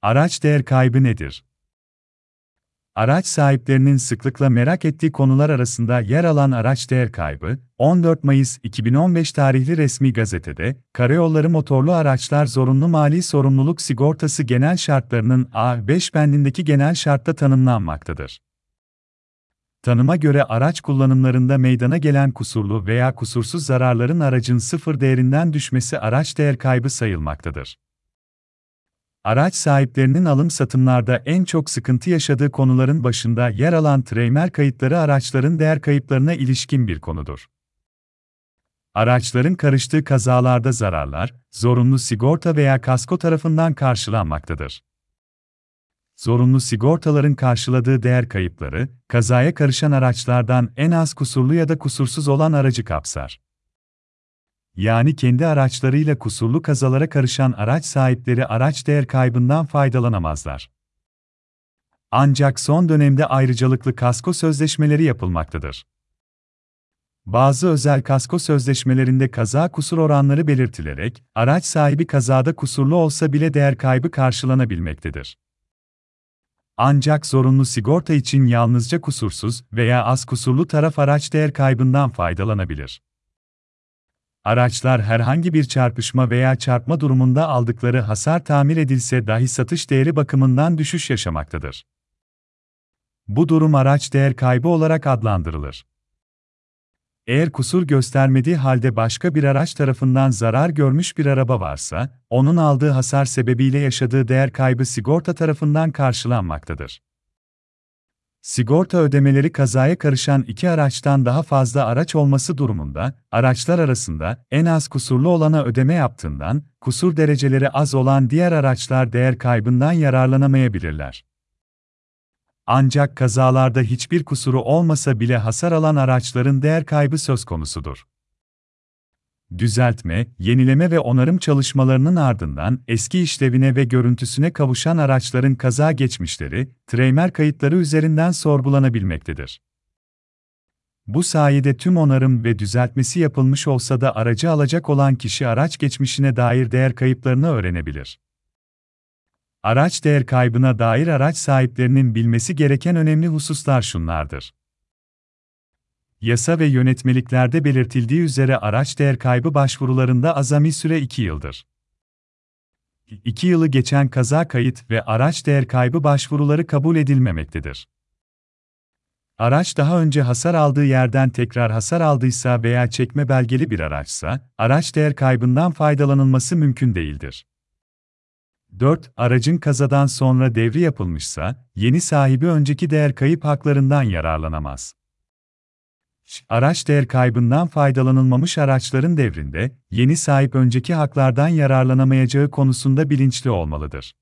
Araç değer kaybı nedir? Araç sahiplerinin sıklıkla merak ettiği konular arasında yer alan araç değer kaybı, 14 Mayıs 2015 tarihli resmi gazetede, Karayolları Motorlu Araçlar Zorunlu Mali Sorumluluk Sigortası genel şartlarının A5 bendindeki genel şartta tanımlanmaktadır. Tanıma göre araç kullanımlarında meydana gelen kusurlu veya kusursuz zararların aracın sıfır değerinden düşmesi araç değer kaybı sayılmaktadır. Araç sahiplerinin alım-satımlarda en çok sıkıntı yaşadığı konuların başında yer alan Treymer kayıtları araçların değer kayıplarına ilişkin bir konudur. Araçların karıştığı kazalarda zararlar, zorunlu sigorta veya kasko tarafından karşılanmaktadır. Zorunlu sigortaların karşıladığı değer kayıpları, kazaya karışan araçlardan en az kusurlu ya da kusursuz olan aracı kapsar. Yani kendi araçlarıyla kusurlu kazalara karışan araç sahipleri araç değer kaybından faydalanamazlar. Ancak son dönemde ayrıcalıklı kasko sözleşmeleri yapılmaktadır. Bazı özel kasko sözleşmelerinde kaza kusur oranları belirtilerek, araç sahibi kazada kusurlu olsa bile değer kaybı karşılanabilmektedir. Ancak zorunlu sigorta için yalnızca kusursuz veya az kusurlu taraf araç değer kaybından faydalanabilir. Araçlar herhangi bir çarpışma veya çarpma durumunda aldıkları hasar tamir edilse dahi satış değeri bakımından düşüş yaşamaktadır. Bu durum araç değer kaybı olarak adlandırılır. Eğer kusur göstermediği halde başka bir araç tarafından zarar görmüş bir araba varsa, onun aldığı hasar sebebiyle yaşadığı değer kaybı sigorta tarafından karşılanmaktadır. Sigorta ödemeleri kazaya karışan iki araçtan daha fazla araç olması durumunda, araçlar arasında en az kusurlu olana ödeme yaptığından, kusur dereceleri az olan diğer araçlar değer kaybından yararlanamayabilirler. Ancak kazalarda hiçbir kusuru olmasa bile hasar alan araçların değer kaybı söz konusudur. Düzeltme, yenileme ve onarım çalışmalarının ardından eski işlevine ve görüntüsüne kavuşan araçların kaza geçmişleri, Treymer kayıtları üzerinden sorgulanabilmektedir. Bu sayede tüm onarım ve düzeltmesi yapılmış olsa da aracı alacak olan kişi araç geçmişine dair değer kayıplarını öğrenebilir. Araç değer kaybına dair araç sahiplerinin bilmesi gereken önemli hususlar şunlardır. Yasa ve yönetmeliklerde belirtildiği üzere araç değer kaybı başvurularında azami süre 2 yıldır. 2 yılı geçen kaza kayıt ve araç değer kaybı başvuruları kabul edilmemektedir. Araç daha önce hasar aldığı yerden tekrar hasar aldıysa veya çekme belgeli bir araçsa, araç değer kaybından faydalanılması mümkün değildir. 4. Aracın kazadan sonra devri yapılmışsa, yeni sahibi önceki değer kayıp haklarından yararlanamaz. Araç değer kaybından faydalanılmamış araçların devrinde, yeni sahip önceki haklardan yararlanamayacağı konusunda bilinçli olmalıdır.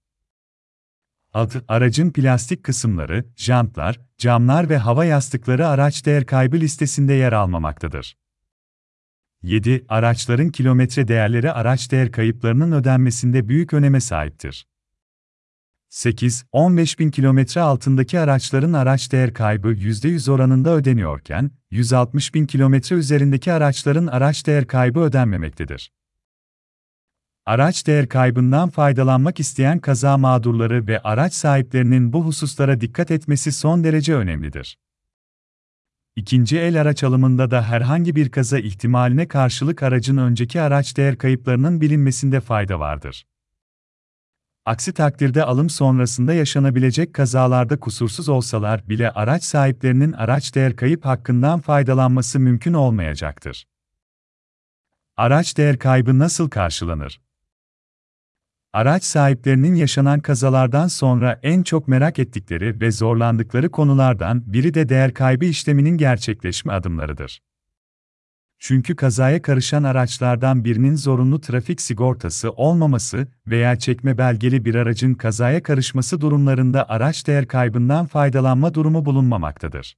6. Aracın plastik kısımları, jantlar, camlar ve hava yastıkları araç değer kaybı listesinde yer almamaktadır. 7. Araçların kilometre değerleri araç değer kayıplarının ödenmesinde büyük öneme sahiptir. 8. 15.000 kilometre altındaki araçların araç değer kaybı %100 oranında ödeniyorken, 160.000 kilometre üzerindeki araçların araç değer kaybı ödenmemektedir. Araç değer kaybından faydalanmak isteyen kaza mağdurları ve araç sahiplerinin bu hususlara dikkat etmesi son derece önemlidir. İkinci el araç alımında da herhangi bir kaza ihtimaline karşılık aracın önceki araç değer kayıplarının bilinmesinde fayda vardır. Aksi takdirde alım sonrasında yaşanabilecek kazalarda kusursuz olsalar bile araç sahiplerinin araç değer kayıp hakkından faydalanması mümkün olmayacaktır. Araç değer kaybı nasıl karşılanır? Araç sahiplerinin yaşanan kazalardan sonra en çok merak ettikleri ve zorlandıkları konulardan biri de değer kaybı işleminin gerçekleşme adımlarıdır. Çünkü kazaya karışan araçlardan birinin zorunlu trafik sigortası olmaması veya çekme belgeli bir aracın kazaya karışması durumlarında araç değer kaybından faydalanma durumu bulunmamaktadır.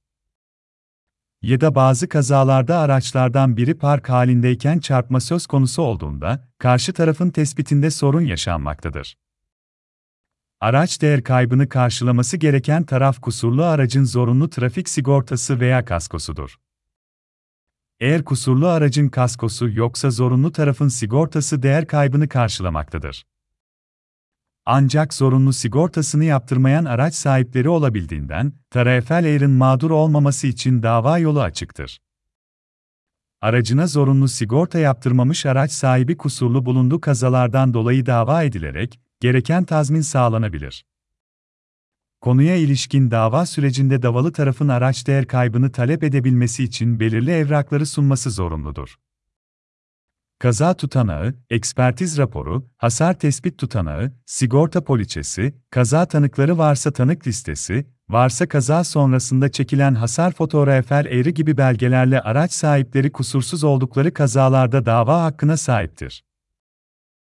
Ya da bazı kazalarda araçlardan biri park halindeyken çarpma söz konusu olduğunda, karşı tarafın tespitinde sorun yaşanmaktadır. Araç değer kaybını karşılaması gereken taraf kusurlu aracın zorunlu trafik sigortası veya kaskosudur. Eğer kusurlu aracın kaskosu yoksa zorunlu tarafın sigortası değer kaybını karşılamaktadır. Ancak zorunlu sigortasını yaptırmayan araç sahipleri olabildiğinden, tarafel eğerin mağdur olmaması için dava yolu açıktır. Aracına zorunlu sigorta yaptırmamış araç sahibi kusurlu bulunduğu kazalardan dolayı dava edilerek, gereken tazmin sağlanabilir. Konuya ilişkin dava sürecinde davalı tarafın araç değer kaybını talep edebilmesi için belirli evrakları sunması zorunludur. Kaza tutanağı, ekspertiz raporu, hasar tespit tutanağı, sigorta poliçesi, kaza tanıkları varsa tanık listesi, varsa kaza sonrasında çekilen hasar fotoğrafel eğri gibi belgelerle araç sahipleri kusursuz oldukları kazalarda dava hakkına sahiptir.